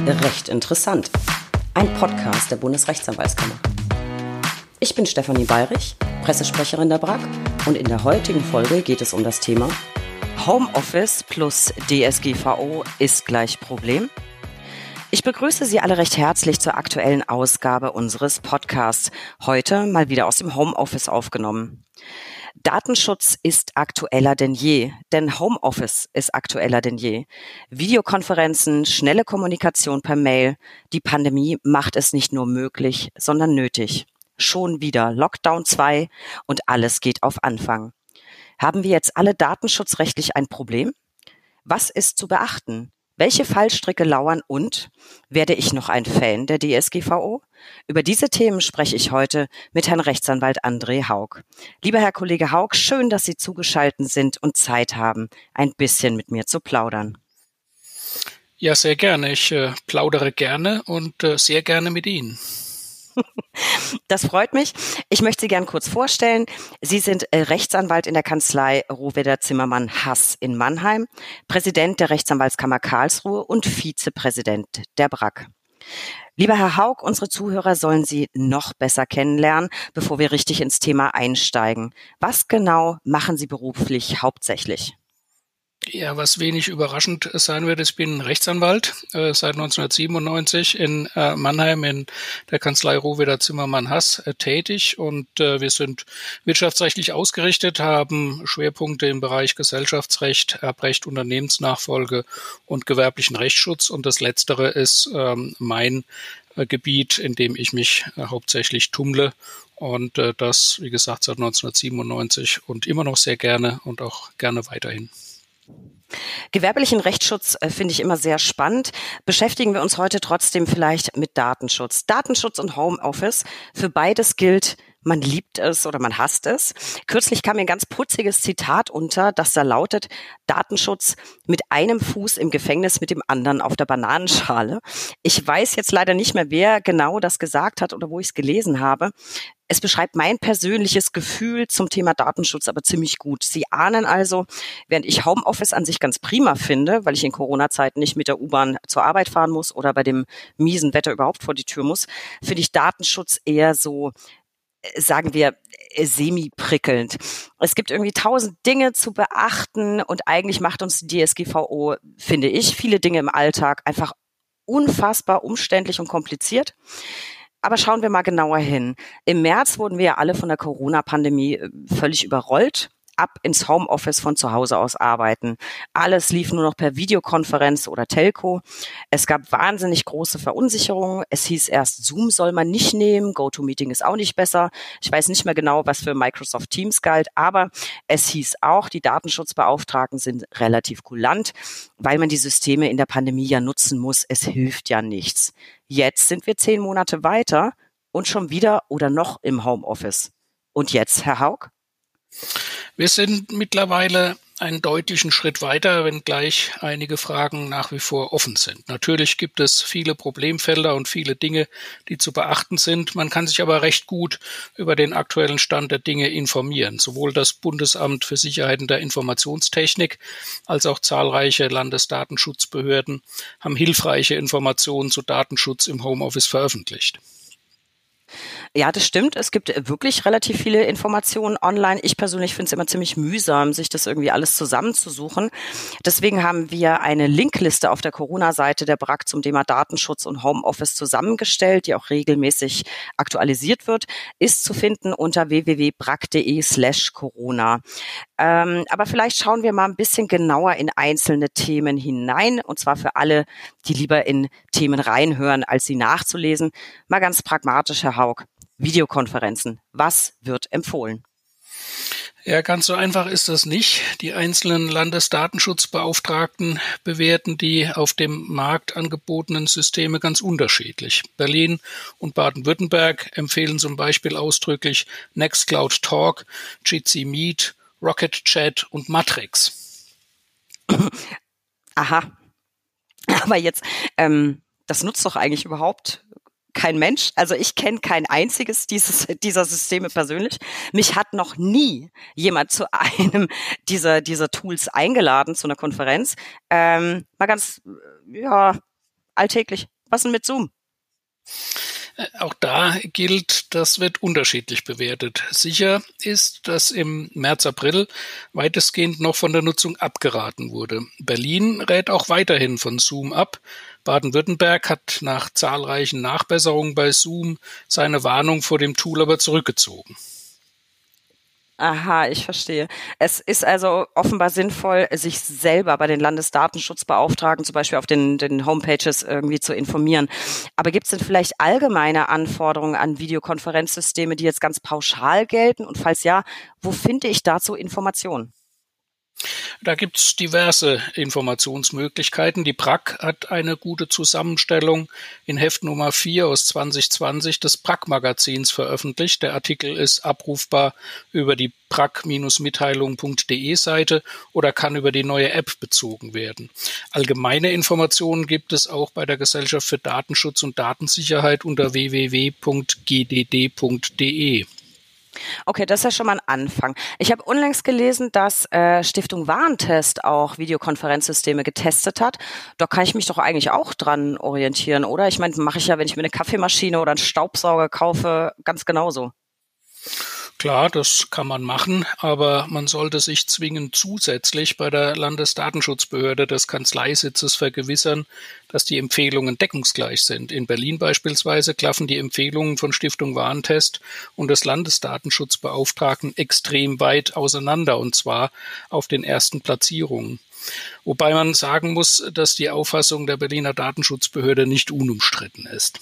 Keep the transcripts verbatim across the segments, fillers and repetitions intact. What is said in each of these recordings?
Recht interessant. Ein Podcast der Bundesrechtsanwaltskammer. Ich bin Stefanie Bayrich, Pressesprecherin der B R A K, und in der heutigen Folge geht es um das Thema Homeoffice plus D S G V O ist gleich Problem. Ich begrüße Sie alle recht herzlich zur aktuellen Ausgabe unseres Podcasts. Heute mal wieder aus dem Homeoffice aufgenommen. Datenschutz ist aktueller denn je, denn Homeoffice ist aktueller denn je. Videokonferenzen, schnelle Kommunikation per Mail. Die Pandemie macht es nicht nur möglich, sondern nötig. Schon wieder Lockdown zwei und alles geht auf Anfang. Haben wir jetzt alle datenschutzrechtlich ein Problem? Was ist zu beachten? Welche Fallstricke lauern und werde ich noch ein Fan der D S G V O? Über diese Themen spreche ich heute mit Herrn Rechtsanwalt André Haug. Lieber Herr Kollege Haug, schön, dass Sie zugeschaltet sind und Zeit haben, ein bisschen mit mir zu plaudern. Ja, sehr gerne. Ich äh, plaudere gerne und äh, sehr gerne mit Ihnen. Das freut mich. Ich möchte Sie gern kurz vorstellen. Sie sind Rechtsanwalt in der Kanzlei Rohwedder Zimmermann Hass in Mannheim, Präsident der Rechtsanwaltskammer Karlsruhe und Vizepräsident der B R A K. Lieber Herr Haug, unsere Zuhörer sollen Sie noch besser kennenlernen, bevor wir richtig ins Thema einsteigen. Was genau machen Sie beruflich hauptsächlich? Ja, was wenig überraschend sein wird, ich bin Rechtsanwalt äh, seit neunzehnhundertsiebenundneunzig in äh, Mannheim in der Kanzlei Rohwedder Zimmermann Hass äh, tätig und äh, wir sind wirtschaftsrechtlich ausgerichtet, haben Schwerpunkte im Bereich Gesellschaftsrecht, Erbrecht, Unternehmensnachfolge und gewerblichen Rechtsschutz und das Letztere ist ähm, mein äh, Gebiet, in dem ich mich äh, hauptsächlich tummle und äh, das, wie gesagt, seit neunzehnhundertsiebenundneunzig und immer noch sehr gerne und auch gerne weiterhin. Gewerblichen Rechtsschutz äh, finde ich immer sehr spannend. Beschäftigen wir uns heute trotzdem vielleicht mit Datenschutz. Datenschutz und Homeoffice, für beides gilt, man liebt es oder man hasst es. Kürzlich kam mir ein ganz putziges Zitat unter, das da lautet, Datenschutz mit einem Fuß im Gefängnis, mit dem anderen auf der Bananenschale. Ich weiß jetzt leider nicht mehr, wer genau das gesagt hat oder wo ich es gelesen habe. Es beschreibt mein persönliches Gefühl zum Thema Datenschutz aber ziemlich gut. Sie ahnen also, während ich Homeoffice an sich ganz prima finde, weil ich in Corona-Zeiten nicht mit der U-Bahn zur Arbeit fahren muss oder bei dem miesen Wetter überhaupt vor die Tür muss, finde ich Datenschutz eher so, sagen wir, semi-prickelnd. Es gibt irgendwie tausend Dinge zu beachten und eigentlich macht uns die D S G V O, finde ich, viele Dinge im Alltag einfach unfassbar umständlich und kompliziert. Aber schauen wir mal genauer hin. Im März wurden wir ja alle von der Corona-Pandemie völlig überrollt. Ab ins Homeoffice von zu Hause aus arbeiten. Alles lief nur noch per Videokonferenz oder Telco. Es gab wahnsinnig große Verunsicherung. Es hieß erst, Zoom soll man nicht nehmen, GoToMeeting ist auch nicht besser. Ich weiß nicht mehr genau, was für Microsoft Teams galt, aber es hieß auch, die Datenschutzbeauftragten sind relativ kulant, weil man die Systeme in der Pandemie ja nutzen muss. Es hilft ja nichts. Jetzt sind wir zehn Monate weiter und schon wieder oder noch im Homeoffice. Und jetzt, Herr Haug? Wir sind mittlerweile einen deutlichen Schritt weiter, wenngleich einige Fragen nach wie vor offen sind. Natürlich gibt es viele Problemfelder und viele Dinge, die zu beachten sind. Man kann sich aber recht gut über den aktuellen Stand der Dinge informieren. Sowohl das Bundesamt für Sicherheit in der Informationstechnik als auch zahlreiche Landesdatenschutzbehörden haben hilfreiche Informationen zu Datenschutz im Homeoffice veröffentlicht. Ja, das stimmt. Es gibt wirklich relativ viele Informationen online. Ich persönlich finde es immer ziemlich mühsam, sich das irgendwie alles zusammenzusuchen. Deswegen haben wir eine Linkliste auf der Corona-Seite der B R A K zum Thema Datenschutz und Homeoffice zusammengestellt, die auch regelmäßig aktualisiert wird, ist zu finden unter w w w punkt brack.de slash Corona. Ähm, aber vielleicht schauen wir mal ein bisschen genauer in einzelne Themen hinein, und zwar für alle, die lieber in Themen reinhören, als sie nachzulesen. Mal ganz pragmatisch, Herr Haug. Videokonferenzen. Was wird empfohlen? Ja, ganz so einfach ist das nicht. Die einzelnen Landesdatenschutzbeauftragten bewerten die auf dem Markt angebotenen Systeme ganz unterschiedlich. Berlin und Baden-Württemberg empfehlen zum Beispiel ausdrücklich Nextcloud Talk, Jitsi Meet, Rocket Chat und Matrix. Aha. Aber jetzt, ähm, das nutzt doch eigentlich überhaupt kein Mensch. Also ich kenne kein einziges dieses, dieser Systeme persönlich. Mich hat noch nie jemand zu einem dieser, dieser Tools eingeladen, zu einer Konferenz. Ähm, mal ganz, ja, alltäglich. Was denn mit Zoom? Auch da gilt, das wird unterschiedlich bewertet. Sicher ist, dass im März, April weitestgehend noch von der Nutzung abgeraten wurde. Berlin rät auch weiterhin von Zoom ab. Baden-Württemberg hat nach zahlreichen Nachbesserungen bei Zoom seine Warnung vor dem Tool aber zurückgezogen. Aha, ich verstehe. Es ist also offenbar sinnvoll, sich selber bei den Landesdatenschutzbeauftragten, zum Beispiel auf den, den Homepages irgendwie zu informieren. Aber gibt es denn vielleicht allgemeine Anforderungen an Videokonferenzsysteme, die jetzt ganz pauschal gelten? Und falls ja, wo finde ich dazu Informationen? Da gibt's diverse Informationsmöglichkeiten. Die P R A C hat eine gute Zusammenstellung in Heft Nummer vier aus zwanzig zwanzig des P R A C-Magazins veröffentlicht. Der Artikel ist abrufbar über die prac Mitteilung punkt de Seite oder kann über die neue App bezogen werden. Allgemeine Informationen gibt es auch bei der Gesellschaft für Datenschutz und Datensicherheit unter w w w punkt g d d punkt de. Okay, das ist ja schon mal ein Anfang. Ich habe unlängst gelesen, dass äh, Stiftung Warentest auch Videokonferenzsysteme getestet hat. Da kann ich mich doch eigentlich auch dran orientieren, oder? Ich meine, mache ich ja, wenn ich mir eine Kaffeemaschine oder einen Staubsauger kaufe, ganz genauso. Klar, das kann man machen, aber man sollte sich zwingend zusätzlich bei der Landesdatenschutzbehörde des Kanzleisitzes vergewissern, dass die Empfehlungen deckungsgleich sind. In Berlin beispielsweise klaffen die Empfehlungen von Stiftung Warentest und des Landesdatenschutzbeauftragten extrem weit auseinander, und zwar auf den ersten Platzierungen. Wobei man sagen muss, dass die Auffassung der Berliner Datenschutzbehörde nicht unumstritten ist.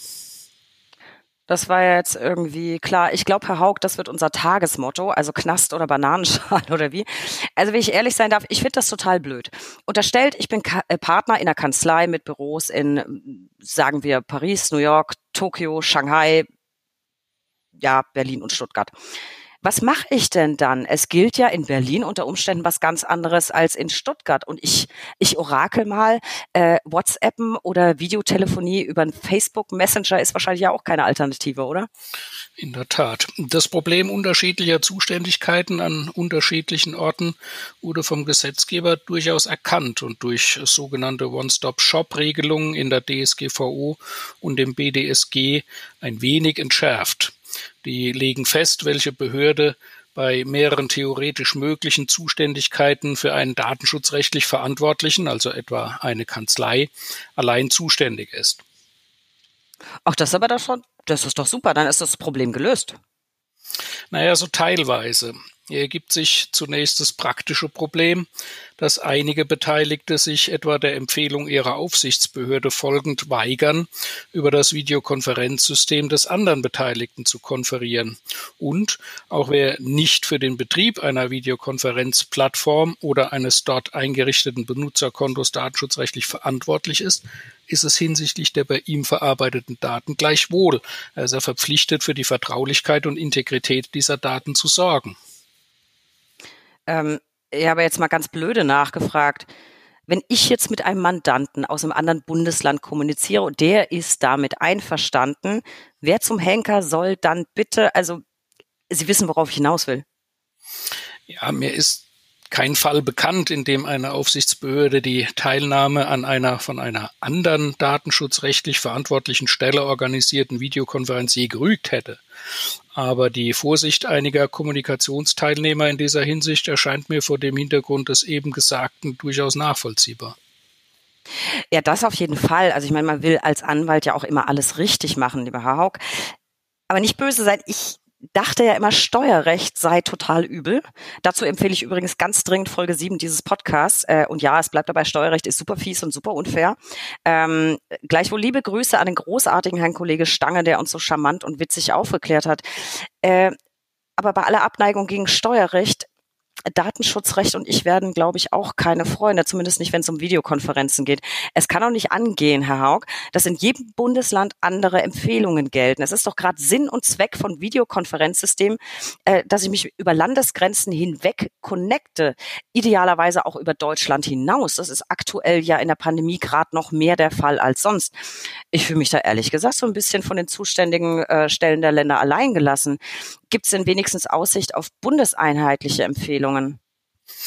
Das war ja jetzt irgendwie klar. Ich glaube, Herr Haug, das wird unser Tagesmotto, also Knast oder Bananenschal oder wie. Also wenn ich ehrlich sein darf, ich finde das total blöd. Unterstellt, ich bin Ka- äh, Partner in einer Kanzlei mit Büros in, sagen wir, Paris, New York, Tokio, Shanghai, ja, Berlin und Stuttgart. Was mache ich denn dann? Es gilt ja in Berlin unter Umständen was ganz anderes als in Stuttgart. Und ich, ich orakel mal, äh, WhatsAppen oder Videotelefonie über einen Facebook Messenger ist wahrscheinlich ja auch keine Alternative, oder? In der Tat. Das Problem unterschiedlicher Zuständigkeiten an unterschiedlichen Orten wurde vom Gesetzgeber durchaus erkannt und durch sogenannte One-Stop-Shop-Regelungen in der D S G V O und dem B D S G ein wenig entschärft. Die legen fest, welche Behörde bei mehreren theoretisch möglichen Zuständigkeiten für einen datenschutzrechtlich Verantwortlichen, also etwa eine Kanzlei, allein zuständig ist. Ach, das ist aber doch schon, das ist doch super, dann ist das Problem gelöst. Naja, so teilweise. Hier ergibt sich zunächst das praktische Problem, dass einige Beteiligte sich etwa der Empfehlung ihrer Aufsichtsbehörde folgend weigern, über das Videokonferenzsystem des anderen Beteiligten zu konferieren. Und auch wer nicht für den Betrieb einer Videokonferenzplattform oder eines dort eingerichteten Benutzerkontos datenschutzrechtlich verantwortlich ist, ist es hinsichtlich der bei ihm verarbeiteten Daten gleichwohl. Er ist er verpflichtet, für die Vertraulichkeit und Integrität dieser Daten zu sorgen. Ähm, ich habe jetzt mal ganz blöde nachgefragt. Wenn ich jetzt mit einem Mandanten aus einem anderen Bundesland kommuniziere und der ist damit einverstanden, wer zum Henker soll dann bitte, also Sie wissen, worauf ich hinaus will. Ja, mir ist kein Fall bekannt, in dem eine Aufsichtsbehörde die Teilnahme an einer von einer anderen datenschutzrechtlich verantwortlichen Stelle organisierten Videokonferenz je gerügt hätte. Aber die Vorsicht einiger Kommunikationsteilnehmer in dieser Hinsicht erscheint mir vor dem Hintergrund des eben Gesagten durchaus nachvollziehbar. Ja, das auf jeden Fall. Also ich meine, man will als Anwalt ja auch immer alles richtig machen, lieber Herr Haug. Aber nicht böse sein, ich dachte ja immer, Steuerrecht sei total übel. Dazu empfehle ich übrigens ganz dringend Folge sieben dieses Podcasts. Äh, und ja, es bleibt dabei, Steuerrecht ist super fies und super unfair. Ähm, gleichwohl liebe Grüße an den großartigen Herrn Kollege Stange, der uns so charmant und witzig aufgeklärt hat. Äh, aber bei aller Abneigung gegen Steuerrecht, Datenschutzrecht und ich werden, glaube ich, auch keine Freunde, zumindest nicht, wenn es um Videokonferenzen geht. Es kann auch nicht angehen, Herr Haug, dass in jedem Bundesland andere Empfehlungen gelten. Es ist doch gerade Sinn und Zweck von Videokonferenzsystemen, äh, dass ich mich über Landesgrenzen hinweg connecte, idealerweise auch über Deutschland hinaus. Das ist aktuell ja in der Pandemie gerade noch mehr der Fall als sonst. Ich fühle mich da ehrlich gesagt so ein bisschen von den zuständigen äh, Stellen der Länder allein gelassen. Gibt es denn wenigstens Aussicht auf bundeseinheitliche Empfehlungen?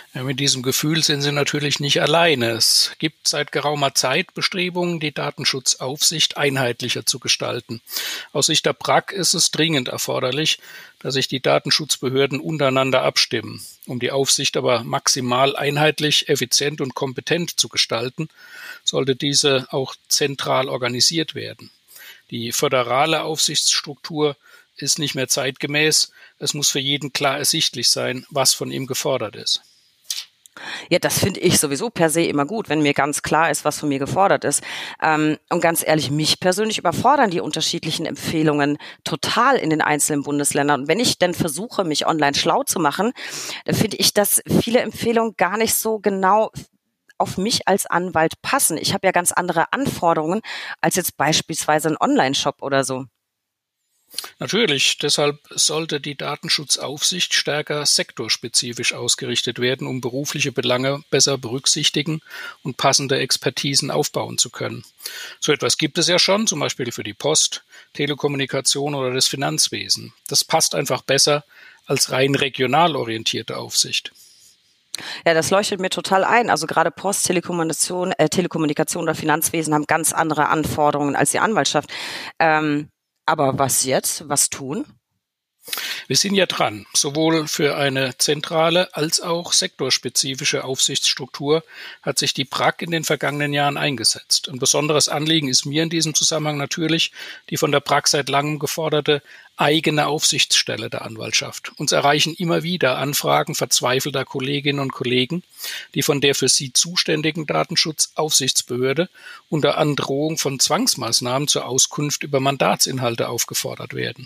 Ja, mit diesem Gefühl sind Sie natürlich nicht alleine. Es gibt seit geraumer Zeit Bestrebungen, die Datenschutzaufsicht einheitlicher zu gestalten. Aus Sicht der B R A G ist es dringend erforderlich, dass sich die Datenschutzbehörden untereinander abstimmen. Um die Aufsicht aber maximal einheitlich, effizient und kompetent zu gestalten, sollte diese auch zentral organisiert werden. Die föderale Aufsichtsstruktur ist nicht mehr zeitgemäß. Es muss für jeden klar ersichtlich sein, was von ihm gefordert ist. Ja, das finde ich sowieso per se immer gut, wenn mir ganz klar ist, was von mir gefordert ist. Ähm, und ganz ehrlich, mich persönlich überfordern die unterschiedlichen Empfehlungen total in den einzelnen Bundesländern. Und wenn ich denn versuche, mich online schlau zu machen, dann finde ich, dass viele Empfehlungen gar nicht so genau auf mich als Anwalt passen. Ich habe ja ganz andere Anforderungen als jetzt beispielsweise ein Online-Shop oder so. Natürlich, deshalb sollte die Datenschutzaufsicht stärker sektorspezifisch ausgerichtet werden, um berufliche Belange besser berücksichtigen und passende Expertisen aufbauen zu können. So etwas gibt es ja schon, zum Beispiel für die Post, Telekommunikation oder das Finanzwesen. Das passt einfach besser als rein regional orientierte Aufsicht. Ja, das leuchtet mir total ein. Also gerade Post, Telekommunikation, äh, Telekommunikation oder Finanzwesen haben ganz andere Anforderungen als die Anwaltschaft. Ähm, Aber was jetzt? Was tun? Wir sind ja dran. Sowohl für eine zentrale als auch sektorspezifische Aufsichtsstruktur hat sich die B R A G in den vergangenen Jahren eingesetzt. Ein besonderes Anliegen ist mir in diesem Zusammenhang natürlich die von der B R A G seit langem geforderte eigene Aufsichtsstelle der Anwaltschaft. Uns erreichen immer wieder Anfragen verzweifelter Kolleginnen und Kollegen, die von der für sie zuständigen Datenschutzaufsichtsbehörde unter Androhung von Zwangsmaßnahmen zur Auskunft über Mandatsinhalte aufgefordert werden.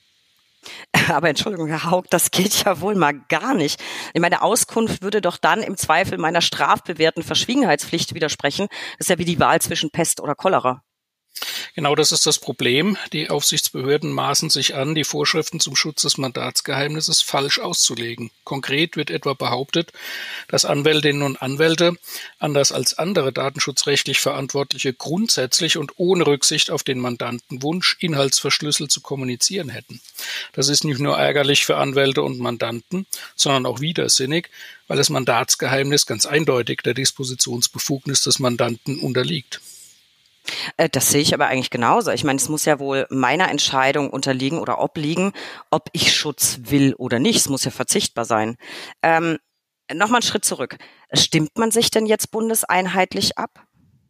Aber Entschuldigung, Herr Haug, das geht ja wohl mal gar nicht. Meine Auskunft würde doch dann im Zweifel meiner strafbewährten Verschwiegenheitspflicht widersprechen. Das ist ja wie die Wahl zwischen Pest oder Cholera. Genau das ist das Problem. Die Aufsichtsbehörden maßen sich an, die Vorschriften zum Schutz des Mandatsgeheimnisses falsch auszulegen. Konkret wird etwa behauptet, dass Anwältinnen und Anwälte, anders als andere datenschutzrechtlich Verantwortliche, grundsätzlich und ohne Rücksicht auf den Mandantenwunsch, inhaltsverschlüsselt zu kommunizieren hätten. Das ist nicht nur ärgerlich für Anwälte und Mandanten, sondern auch widersinnig, weil das Mandatsgeheimnis ganz eindeutig der Dispositionsbefugnis des Mandanten unterliegt. Das sehe ich aber eigentlich genauso. Ich meine, es muss ja wohl meiner Entscheidung unterliegen oder obliegen, ob ich Schutz will oder nicht. Es muss ja verzichtbar sein. Ähm, Nochmal einen Schritt zurück. Stimmt man sich denn jetzt bundeseinheitlich ab?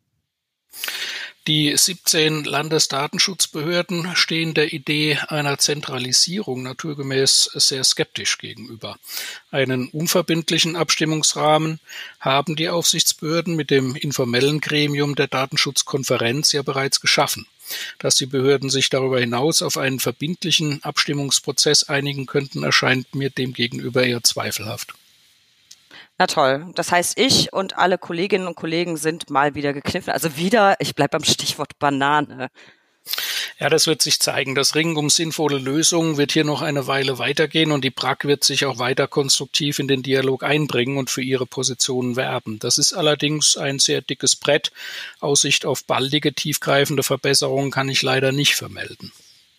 Die siebzehn Landesdatenschutzbehörden stehen der Idee einer Zentralisierung naturgemäß sehr skeptisch gegenüber. Einen unverbindlichen Abstimmungsrahmen haben die Aufsichtsbehörden mit dem informellen Gremium der Datenschutzkonferenz ja bereits geschaffen. Dass die Behörden sich darüber hinaus auf einen verbindlichen Abstimmungsprozess einigen könnten, erscheint mir demgegenüber eher zweifelhaft. Na toll. Das heißt, ich und alle Kolleginnen und Kollegen sind mal wieder gekniffen. Also wieder, ich bleibe beim Stichwort Banane. Ja, das wird sich zeigen. Das Ringen um sinnvolle Lösungen wird hier noch eine Weile weitergehen und die B R A G wird sich auch weiter konstruktiv in den Dialog einbringen und für ihre Positionen werben. Das ist allerdings ein sehr dickes Brett. Aussicht auf baldige, tiefgreifende Verbesserungen kann ich leider nicht vermelden.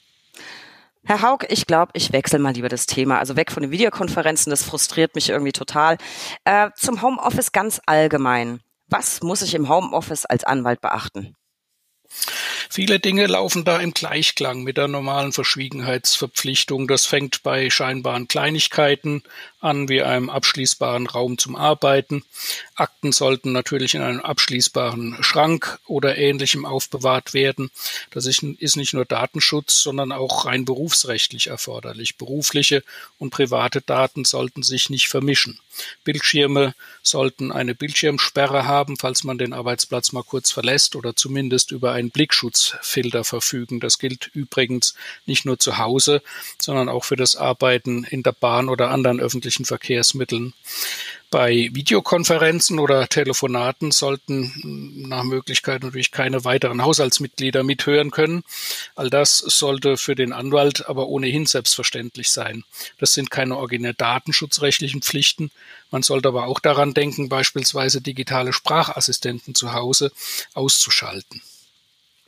Herr Haug, ich glaube, ich wechsle mal lieber das Thema. Also weg von den Videokonferenzen, das frustriert mich irgendwie total. Äh, zum Homeoffice ganz allgemein. Was muss ich im Homeoffice als Anwalt beachten? Viele Dinge laufen da im Gleichklang mit der normalen Verschwiegenheitsverpflichtung. Das fängt bei scheinbaren Kleinigkeiten an, wie einem abschließbaren Raum zum Arbeiten. Akten sollten natürlich in einem abschließbaren Schrank oder Ähnlichem aufbewahrt werden. Das ist nicht nur Datenschutz, sondern auch rein berufsrechtlich erforderlich. Berufliche und private Daten sollten sich nicht vermischen. Bildschirme sollten eine Bildschirmsperre haben, falls man den Arbeitsplatz mal kurz verlässt oder zumindest über einen Blickschutzfilter verfügen. Das gilt übrigens nicht nur zu Hause, sondern auch für das Arbeiten in der Bahn oder anderen öffentlichen Verkehrsmitteln. Bei Videokonferenzen oder Telefonaten sollten nach Möglichkeit natürlich keine weiteren Haushaltsmitglieder mithören können. All das sollte für den Anwalt aber ohnehin selbstverständlich sein. Das sind keine originär datenschutzrechtlichen Pflichten. Man sollte aber auch daran denken, beispielsweise digitale Sprachassistenten zu Hause auszuschalten.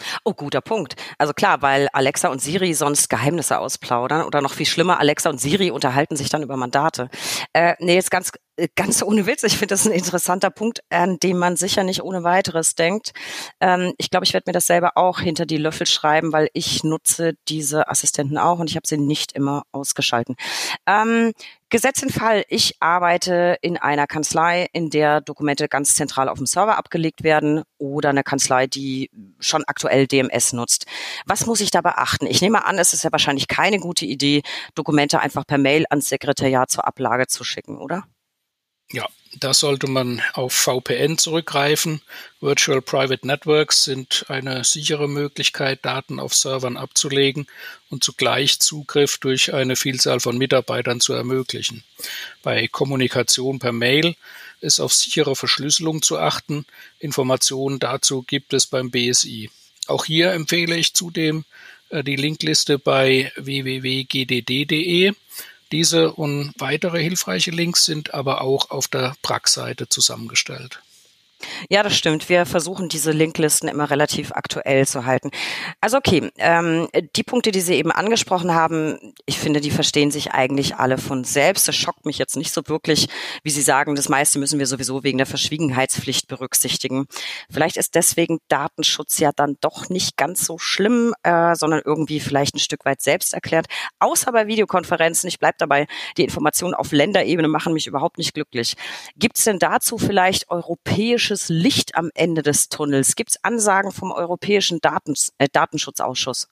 Oh, guter Punkt. Also klar, weil Alexa und Siri sonst Geheimnisse ausplaudern oder noch viel schlimmer, Alexa und Siri unterhalten sich dann über Mandate. Äh, nee, jetzt ganz, ganz ohne Witz. Ich finde das ein interessanter Punkt, an dem man sicher nicht ohne weiteres denkt. Ähm, ich glaube, ich werde mir das selber auch hinter die Löffel schreiben, weil ich nutze diese Assistenten auch und ich habe sie nicht immer ausgeschalten. Ähm, Gesetz den Fall, ich arbeite in einer Kanzlei, in der Dokumente ganz zentral auf dem Server abgelegt werden oder eine Kanzlei, die schon aktuell D M S nutzt. Was muss ich da beachten? Ich nehme an, es ist ja wahrscheinlich keine gute Idee, Dokumente einfach per Mail ans Sekretariat zur Ablage zu schicken, oder? Ja, da sollte man auf V P N zurückgreifen. Virtual Private Networks sind eine sichere Möglichkeit, Daten auf Servern abzulegen und zugleich Zugriff durch eine Vielzahl von Mitarbeitern zu ermöglichen. Bei Kommunikation per Mail ist auf sichere Verschlüsselung zu achten. Informationen dazu gibt es beim B S I. Auch hier empfehle ich zudem äh, die Linkliste bei w w w punkt g d d punkt d e. Diese und weitere hilfreiche Links sind aber auch auf der Prax-Seite zusammengestellt. Ja, das stimmt. Wir versuchen, diese Linklisten immer relativ aktuell zu halten. Also okay, ähm, die Punkte, die Sie eben angesprochen haben, ich finde, die verstehen sich eigentlich alle von selbst. Das schockt mich jetzt nicht so wirklich, wie Sie sagen, das meiste müssen wir sowieso wegen der Verschwiegenheitspflicht berücksichtigen. Vielleicht ist deswegen Datenschutz ja dann doch nicht ganz so schlimm, äh, sondern irgendwie vielleicht ein Stück weit selbst erklärt. Außer bei Videokonferenzen, ich bleibe dabei, die Informationen auf Länderebene machen mich überhaupt nicht glücklich. Gibt es denn dazu vielleicht europäische Licht am Ende des Tunnels? Gibt es Ansagen vom Europäischen Daten, äh, Datenschutzausschuss?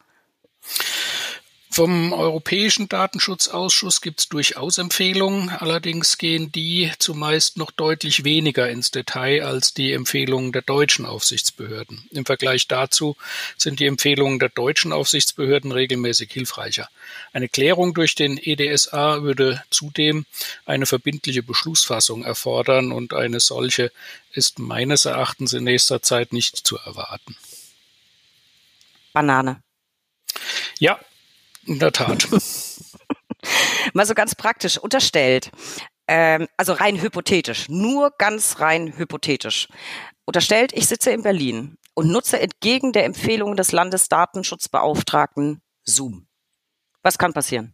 Vom Europäischen Datenschutzausschuss gibt es durchaus Empfehlungen, allerdings gehen die zumeist noch deutlich weniger ins Detail als die Empfehlungen der deutschen Aufsichtsbehörden. Im Vergleich dazu sind die Empfehlungen der deutschen Aufsichtsbehörden regelmäßig hilfreicher. Eine Klärung durch den E D S A würde zudem eine verbindliche Beschlussfassung erfordern und eine solche ist meines Erachtens in nächster Zeit nicht zu erwarten. Banane. Ja, in der Tat. Mal so ganz praktisch unterstellt, ähm, also rein hypothetisch, nur ganz rein hypothetisch. Unterstellt, ich sitze in Berlin und nutze entgegen der Empfehlung des Landesdatenschutzbeauftragten Zoom. Was kann passieren?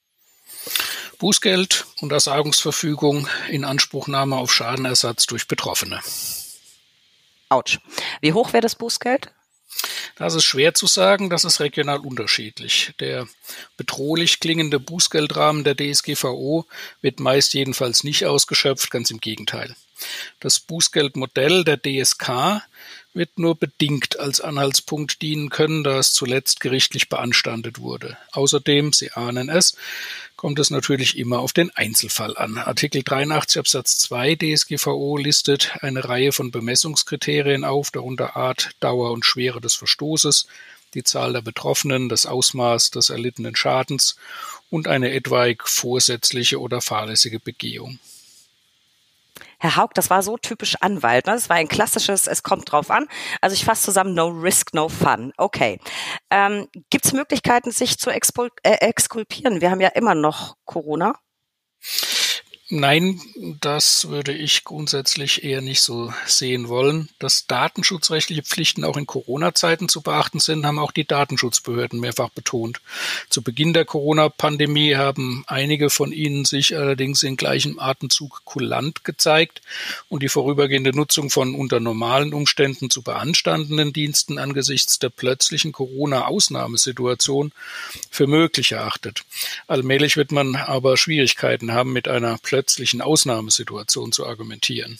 Bußgeld, Untersagungsverfügung, Inanspruchnahme auf Schadenersatz durch Betroffene. Autsch. Wie hoch wäre das Bußgeld? Das ist schwer zu sagen, das ist regional unterschiedlich. Der bedrohlich klingende Bußgeldrahmen der D S G V O wird meist jedenfalls nicht ausgeschöpft, ganz im Gegenteil. Das Bußgeldmodell der D S K wird nur bedingt als Anhaltspunkt dienen können, da es zuletzt gerichtlich beanstandet wurde. Außerdem, Sie ahnen es, kommt es natürlich immer auf den Einzelfall an. Artikel dreiundachtzig Absatz zwei D S G V O listet eine Reihe von Bemessungskriterien auf, darunter Art, Dauer und Schwere des Verstoßes, die Zahl der Betroffenen, das Ausmaß des erlittenen Schadens und eine etwaig vorsätzliche oder fahrlässige Begehung. Herr Haug, das war so typisch Anwalt. Ne? Das war ein klassisches, es kommt drauf an. Also ich fasse zusammen, no risk, no fun. Okay. Ähm, gibt es Möglichkeiten, sich zu expul- äh, exkulpieren? Wir haben ja immer noch Corona. Nein, das würde ich grundsätzlich eher nicht so sehen wollen. Dass datenschutzrechtliche Pflichten auch in Corona-Zeiten zu beachten sind, haben auch die Datenschutzbehörden mehrfach betont. Zu Beginn der Corona-Pandemie haben einige von ihnen sich allerdings in gleichem Atemzug kulant gezeigt und die vorübergehende Nutzung von unter normalen Umständen zu beanstandenden Diensten angesichts der plötzlichen Corona-Ausnahmesituation für möglich erachtet. Allmählich wird man aber Schwierigkeiten haben, mit einer plötzlichen Ausnahmesituation zu argumentieren.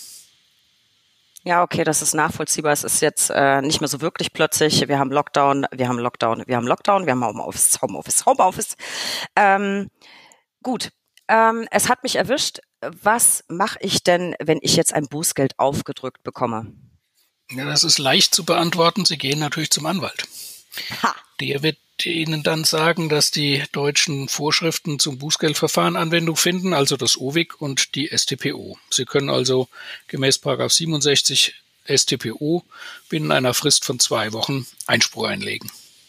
Ja, okay, das ist nachvollziehbar. Es ist jetzt äh, nicht mehr so wirklich plötzlich. Wir haben Lockdown, wir haben Lockdown, wir haben Lockdown, wir haben Homeoffice, Homeoffice, Homeoffice. Ähm, gut, ähm, es hat mich erwischt. Was mache ich denn, wenn ich jetzt ein Bußgeld aufgedrückt bekomme? Ja, das ist leicht zu beantworten. Sie gehen natürlich zum Anwalt. Ha. Der wird Ihnen dann sagen, dass die deutschen Vorschriften zum Bußgeldverfahren Anwendung finden, also das O W I G und die S t P O. Sie können also gemäß Paragraph siebenundsechzig S t P O binnen einer Frist von zwei Wochen Einspruch einlegen.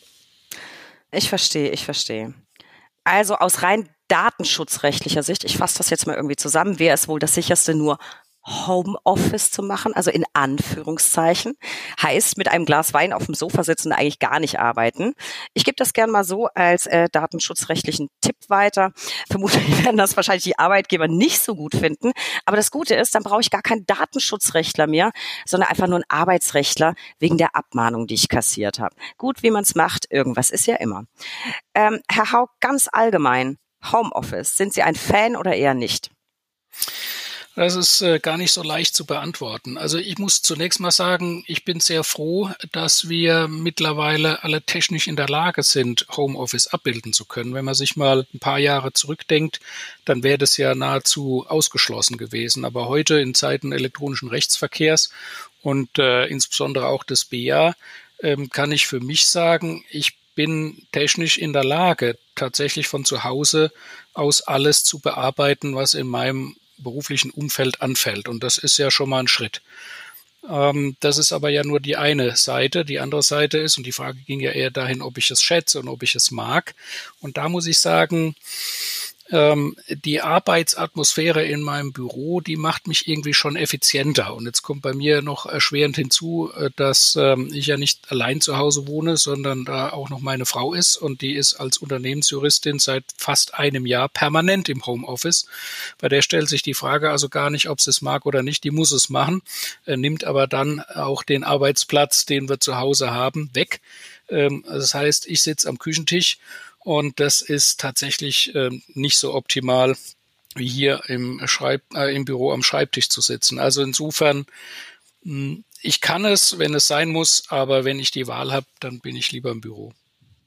Ich verstehe, ich verstehe. Also aus rein datenschutzrechtlicher Sicht, ich fasse das jetzt mal irgendwie zusammen, wäre es wohl das sicherste, nur Homeoffice zu machen, also in Anführungszeichen, heißt mit einem Glas Wein auf dem Sofa sitzen und eigentlich gar nicht arbeiten. Ich gebe das gern mal so als äh, datenschutzrechtlichen Tipp weiter. Vermutlich werden das wahrscheinlich die Arbeitgeber nicht so gut finden, aber das Gute ist, dann brauche ich gar keinen Datenschutzrechtler mehr, sondern einfach nur einen Arbeitsrechtler wegen der Abmahnung, die ich kassiert habe. Gut, wie man es macht, irgendwas ist ja immer. Ähm, Herr Haug, ganz allgemein, Homeoffice, sind Sie ein Fan oder eher nicht? Das ist äh, gar nicht so leicht zu beantworten. Also ich muss zunächst mal sagen, ich bin sehr froh, dass wir mittlerweile alle technisch in der Lage sind, Homeoffice abbilden zu können. Wenn man sich mal ein paar Jahre zurückdenkt, dann wäre das ja nahezu ausgeschlossen gewesen. Aber heute in Zeiten elektronischen Rechtsverkehrs und äh, insbesondere auch des B A ähm, kann ich für mich sagen, ich bin technisch in der Lage, tatsächlich von zu Hause aus alles zu bearbeiten, was in meinem beruflichen Umfeld anfällt. Und das ist ja schon mal ein Schritt. Ähm, das ist aber ja nur die eine Seite. Die andere Seite ist, und die Frage ging ja eher dahin, ob ich es schätze und ob ich es mag. Und da muss ich sagen, ähm, die Arbeitsatmosphäre in meinem Büro, die macht mich irgendwie schon effizienter. Und jetzt kommt bei mir noch erschwerend hinzu, dass ähm, ich ja nicht allein zu Hause wohne, sondern da auch noch meine Frau ist. Und die ist als Unternehmensjuristin seit fast einem Jahr permanent im Homeoffice. Bei der stellt sich die Frage also gar nicht, ob sie es mag oder nicht. Die muss es machen, äh, nimmt aber dann auch den Arbeitsplatz, den wir zu Hause haben, weg. Ähm, das heißt, ich sitze am Küchentisch. Und das ist tatsächlich äh, nicht so optimal, wie hier im, Schreib, äh, im Büro am Schreibtisch zu sitzen. Also insofern, mh, ich kann es, wenn es sein muss, aber wenn ich die Wahl habe, dann bin ich lieber im Büro.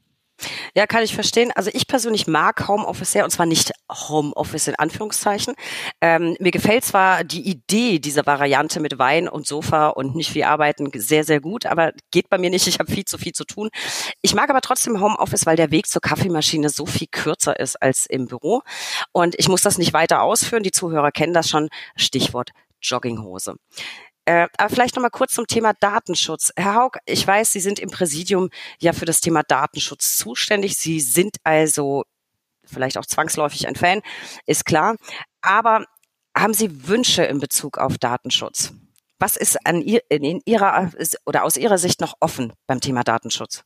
Ja, kann ich verstehen. Also ich persönlich mag Homeoffice sehr, und zwar nicht Homeoffice in Anführungszeichen. Ähm, mir gefällt zwar die Idee dieser Variante mit Wein und Sofa und nicht viel arbeiten sehr, sehr gut, aber geht bei mir nicht. Ich habe viel zu viel zu tun. Ich mag aber trotzdem Homeoffice, weil der Weg zur Kaffeemaschine so viel kürzer ist als im Büro. Und ich muss das nicht weiter ausführen. Die Zuhörer kennen das schon. Stichwort Jogginghose. Äh, aber vielleicht noch mal kurz zum Thema Datenschutz. Herr Haug, ich weiß, Sie sind im Präsidium ja für das Thema Datenschutz zuständig. Sie sind also vielleicht auch zwangsläufig ein Fan, ist klar. Aber haben Sie Wünsche in Bezug auf Datenschutz? Was ist an ihr, in Ihrer oder aus Ihrer Sicht noch offen beim Thema Datenschutz?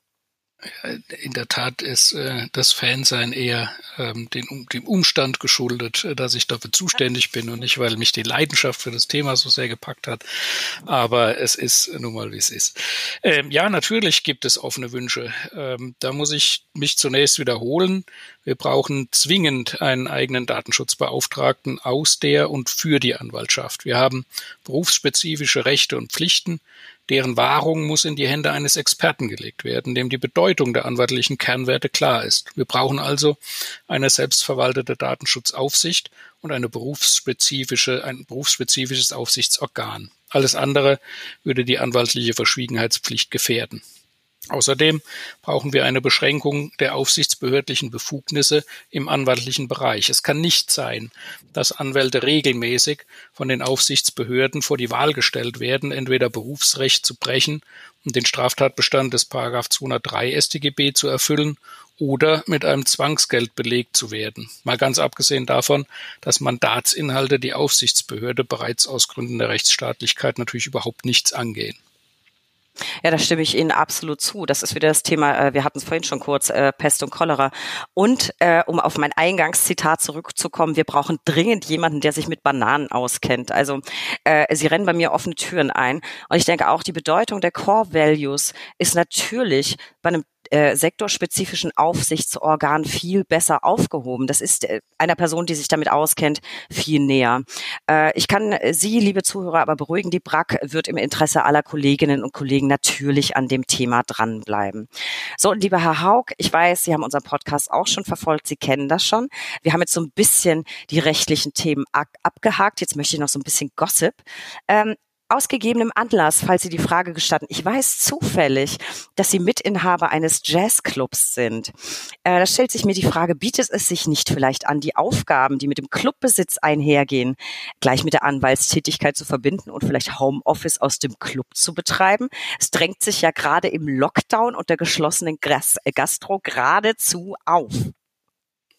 In der Tat ist äh, das Fansein eher ähm, den, um, dem Umstand geschuldet, äh, dass ich dafür zuständig bin und nicht, weil mich die Leidenschaft für das Thema so sehr gepackt hat. Aber es ist nun mal, wie es ist. Ähm, ja, natürlich gibt es offene Wünsche. Ähm, da muss ich mich zunächst wiederholen. Wir brauchen zwingend einen eigenen Datenschutzbeauftragten aus der und für die Anwaltschaft. Wir haben berufsspezifische Rechte und Pflichten. Deren Wahrung muss in die Hände eines Experten gelegt werden, dem die Bedeutung der anwaltlichen Kernwerte klar ist. Wir brauchen also eine selbstverwaltete Datenschutzaufsicht und eine berufsspezifische, ein berufsspezifisches Aufsichtsorgan. Alles andere würde die anwaltliche Verschwiegenheitspflicht gefährden. Außerdem brauchen wir eine Beschränkung der aufsichtsbehördlichen Befugnisse im anwaltlichen Bereich. Es kann nicht sein, dass Anwälte regelmäßig von den Aufsichtsbehörden vor die Wahl gestellt werden, entweder Berufsrecht zu brechen und den Straftatbestand des Paragraph zweihundertdrei S t G B zu erfüllen oder mit einem Zwangsgeld belegt zu werden. Mal ganz abgesehen davon, dass Mandatsinhalte die Aufsichtsbehörde bereits aus Gründen der Rechtsstaatlichkeit natürlich überhaupt nichts angehen. Ja, da stimme ich Ihnen absolut zu. Das ist wieder das Thema, wir hatten es vorhin schon kurz, äh, Pest und Cholera. Und äh, um auf mein Eingangszitat zurückzukommen, wir brauchen dringend jemanden, der sich mit Bananen auskennt. Also äh, Sie rennen bei mir offene Türen ein. Und ich denke auch, die Bedeutung der Core Values ist natürlich bei einem äh, sektorspezifischen Aufsichtsorgan viel besser aufgehoben. Das ist äh, einer Person, die sich damit auskennt, viel näher. Äh, ich kann Sie, liebe Zuhörer, aber beruhigen, die B R A K wird im Interesse aller Kolleginnen und Kollegen natürlich an dem Thema dranbleiben. So, lieber Herr Haug, ich weiß, Sie haben unseren Podcast auch schon verfolgt, Sie kennen das schon. Wir haben jetzt so ein bisschen die rechtlichen Themen abgehakt. Jetzt möchte ich noch so ein bisschen Gossip. Ähm, Aus gegebenem Anlass, falls Sie die Frage gestatten, ich weiß zufällig, dass Sie Mitinhaber eines Jazzclubs sind. Äh, da stellt sich mir die Frage, bietet es sich nicht vielleicht an, die Aufgaben, die mit dem Clubbesitz einhergehen, gleich mit der Anwaltstätigkeit zu verbinden und vielleicht Homeoffice aus dem Club zu betreiben? Es drängt sich ja gerade im Lockdown und der geschlossenen Gastro geradezu auf.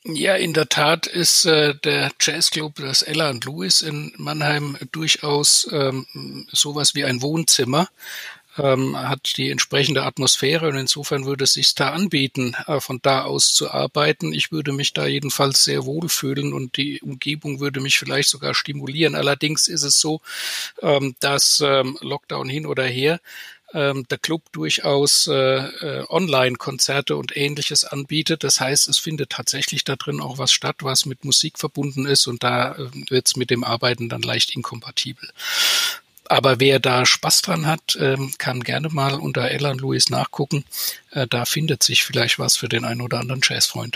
Ja, in der Tat ist äh, der Jazzclub, das Ella und Louis in Mannheim, durchaus ähm, sowas wie ein Wohnzimmer, ähm, hat die entsprechende Atmosphäre und insofern würde es sich da anbieten, äh, von da aus zu arbeiten. Ich würde mich da jedenfalls sehr wohlfühlen und die Umgebung würde mich vielleicht sogar stimulieren. Allerdings ist es so, ähm, dass ähm, Lockdown hin oder her, ähm, der Club durchaus äh, äh, Online-Konzerte und Ähnliches anbietet. Das heißt, es findet tatsächlich da drin auch was statt, was mit Musik verbunden ist und da äh, wird es mit dem Arbeiten dann leicht inkompatibel. Aber wer da Spaß dran hat, ähm, kann gerne mal unter Ella und Louis nachgucken. Äh, da findet sich vielleicht was für den einen oder anderen Jazzfreund.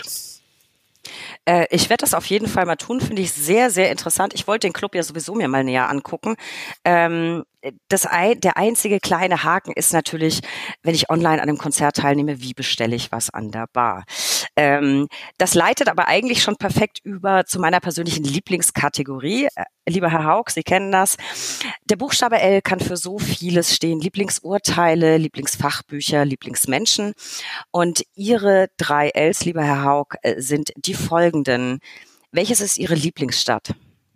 Äh, ich werde das auf jeden Fall mal tun, finde ich sehr, sehr interessant. Ich wollte den Club ja sowieso mir mal näher angucken. Ähm, das ein, der einzige kleine Haken ist natürlich, wenn ich online an einem Konzert teilnehme, wie bestelle ich was an der Bar? Ähm, das leitet aber eigentlich schon perfekt über zu meiner persönlichen Lieblingskategorie. Äh, lieber Herr Haug, Sie kennen das. Der Buchstabe L kann für so vieles stehen. Lieblingsurteile, Lieblingsfachbücher, Lieblingsmenschen. Und Ihre drei Ls, lieber Herr Haug, äh, sind die folgenden. Welches ist Ihre Lieblingsstadt?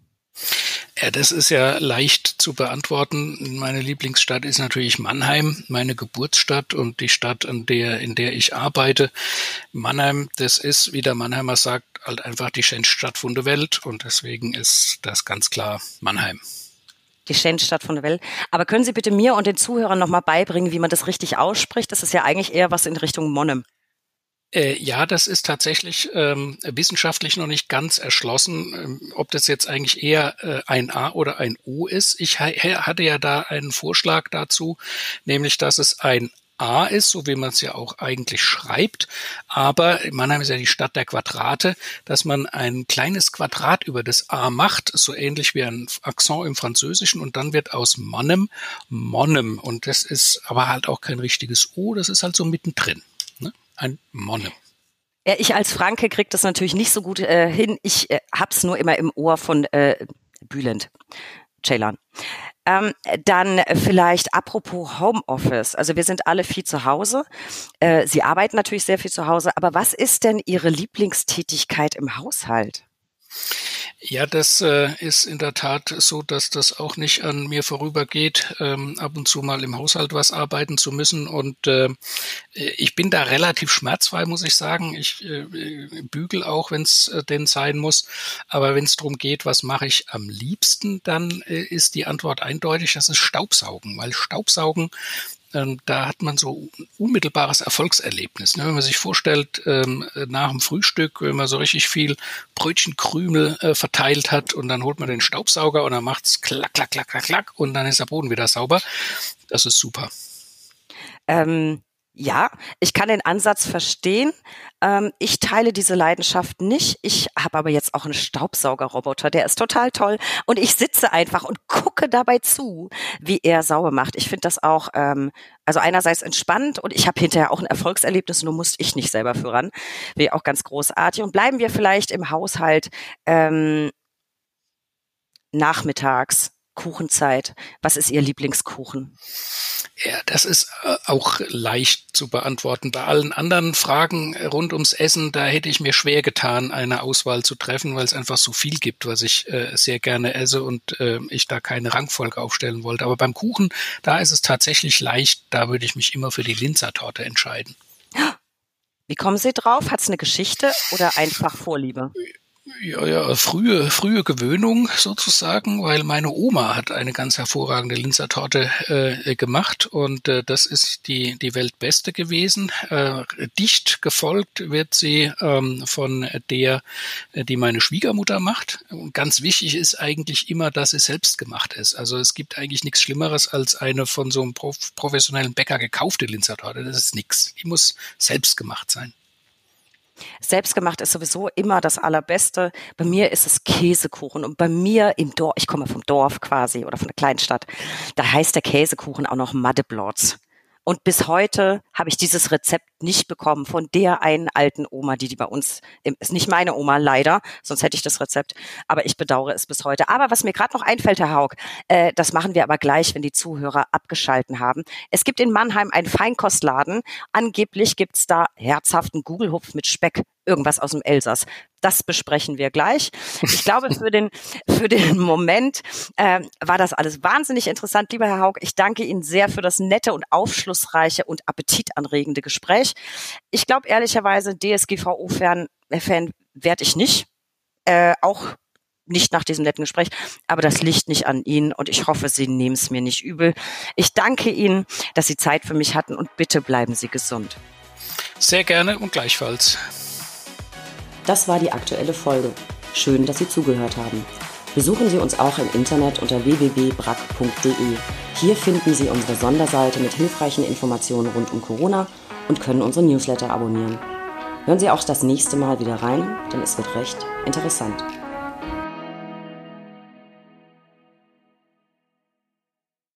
Ja, das ist ja leicht zu beantworten. Meine Lieblingsstadt ist natürlich Mannheim, meine Geburtsstadt und die Stadt, an der, in der ich arbeite. Mannheim, das ist, wie der Mannheimer sagt, halt einfach die schönste Stadt von der Welt und deswegen ist das ganz klar Mannheim. Die schönste Stadt von der Welt. Aber können Sie bitte mir und den Zuhörern nochmal beibringen, wie man das richtig ausspricht? Das ist ja eigentlich eher was in Richtung Monnem. Äh, ja, das ist tatsächlich ähm, wissenschaftlich noch nicht ganz erschlossen, ähm, ob das jetzt eigentlich eher äh, ein A oder ein O ist. Ich ha- hatte ja da einen Vorschlag dazu, nämlich dass es ein A ist, so wie man es ja auch eigentlich schreibt. Aber Mannheim ist ja die Stadt der Quadrate, dass man ein kleines Quadrat über das A macht, so ähnlich wie ein Akzent im Französischen. Und dann wird aus Mannem Monnem. Und das ist aber halt auch kein richtiges O, das ist halt so mittendrin. Ne? Ein Monnem. Ja, ich als Franke kriege das natürlich nicht so gut äh, hin. Ich äh, hab's nur immer im Ohr von äh, Bülent, Ceylan. Ähm, dann vielleicht apropos Homeoffice. Also wir sind alle viel zu Hause. Äh, Sie arbeiten natürlich sehr viel zu Hause. Aber was ist denn Ihre Lieblingstätigkeit im Haushalt? Ja, das äh, ist in der Tat so, dass das auch nicht an mir vorübergeht, ähm, ab und zu mal im Haushalt was arbeiten zu müssen. Und äh, ich bin da relativ schmerzfrei, muss ich sagen. Ich äh, bügel auch, wenn es äh, denn sein muss. Aber wenn es darum geht, was mache ich am liebsten, dann äh, ist die Antwort eindeutig, das ist Staubsaugen. Weil Staubsaugen, Ähm, da hat man so ein unmittelbares Erfolgserlebnis. Ne? Wenn man sich vorstellt, ähm, nach dem Frühstück, wenn man so richtig viel Brötchenkrümel äh, verteilt hat und dann holt man den Staubsauger und dann macht's klack, klack, klack, klack, klack und dann ist der Boden wieder sauber. Das ist super. Ähm, ja, ich kann den Ansatz verstehen. Ähm, ich teile diese Leidenschaft nicht. Ich habe aber jetzt auch einen Staubsaugerroboter, der ist total toll. Und ich sitze einfach und gucke dabei zu, wie er sauber macht. Ich finde das auch, ähm, also einerseits entspannt und ich habe hinterher auch ein Erfolgserlebnis, nur musste ich nicht selber für ran. Wäre auch ganz großartig. Und bleiben wir vielleicht im Haushalt ähm, nachmittags, Kuchenzeit. Was ist Ihr Lieblingskuchen? Ja, das ist äh, auch leicht zu beantworten. Bei allen anderen Fragen rund ums Essen, da hätte ich mir schwer getan, eine Auswahl zu treffen, weil es einfach so viel gibt, was ich äh, sehr gerne esse und äh, ich da keine Rangfolge aufstellen wollte. Aber beim Kuchen, da ist es tatsächlich leicht, da würde ich mich immer für die Linzer Torte entscheiden. Wie kommen Sie drauf? Hat's eine Geschichte oder einfach Vorliebe? Ja, ja, frühe, frühe Gewöhnung sozusagen, weil meine Oma hat eine ganz hervorragende Linzer Torte äh, gemacht und äh, das ist die die weltbeste gewesen. Äh, dicht gefolgt wird sie ähm, von der, die meine Schwiegermutter macht. Und ganz wichtig ist eigentlich immer, dass sie selbst gemacht ist. Also es gibt eigentlich nichts Schlimmeres als eine von so einem prof- professionellen Bäcker gekaufte Linzer Torte. Das ist nichts. Die muss selbst gemacht sein. Selbstgemacht ist sowieso immer das Allerbeste. Bei mir ist es Käsekuchen und bei mir im Dorf, ich komme vom Dorf quasi oder von einer kleinen Stadt, da heißt der Käsekuchen auch noch Maddeblotz. Und bis heute habe ich dieses Rezept nicht bekommen von der einen alten Oma, die die bei uns, ist nicht meine Oma leider, sonst hätte ich das Rezept, aber ich bedauere es bis heute. Aber was mir gerade noch einfällt, Herr Haug, äh, das machen wir aber gleich, wenn die Zuhörer abgeschalten haben. Es gibt in Mannheim einen Feinkostladen. Angeblich gibt's da herzhaften Gugelhupf mit Speck. irgendwas aus dem Elsass. Das besprechen wir gleich. Ich glaube, für den, für den Moment äh, war das alles wahnsinnig interessant. Lieber Herr Haug, ich danke Ihnen sehr für das nette und aufschlussreiche und appetitanregende Gespräch. Ich glaube ehrlicherweise, D S G V O-Fan Fan werde ich nicht. Äh, auch nicht nach diesem netten Gespräch, aber das liegt nicht an Ihnen und ich hoffe, Sie nehmen es mir nicht übel. Ich danke Ihnen, dass Sie Zeit für mich hatten und bitte bleiben Sie gesund. Sehr gerne und gleichfalls. Das war die aktuelle Folge. Schön, dass Sie zugehört haben. Besuchen Sie uns auch im Internet unter w w w punkt brack punkt d e. Hier finden Sie unsere Sonderseite mit hilfreichen Informationen rund um Corona und können unsere Newsletter abonnieren. Hören Sie auch das nächste Mal wieder rein, denn es wird recht interessant.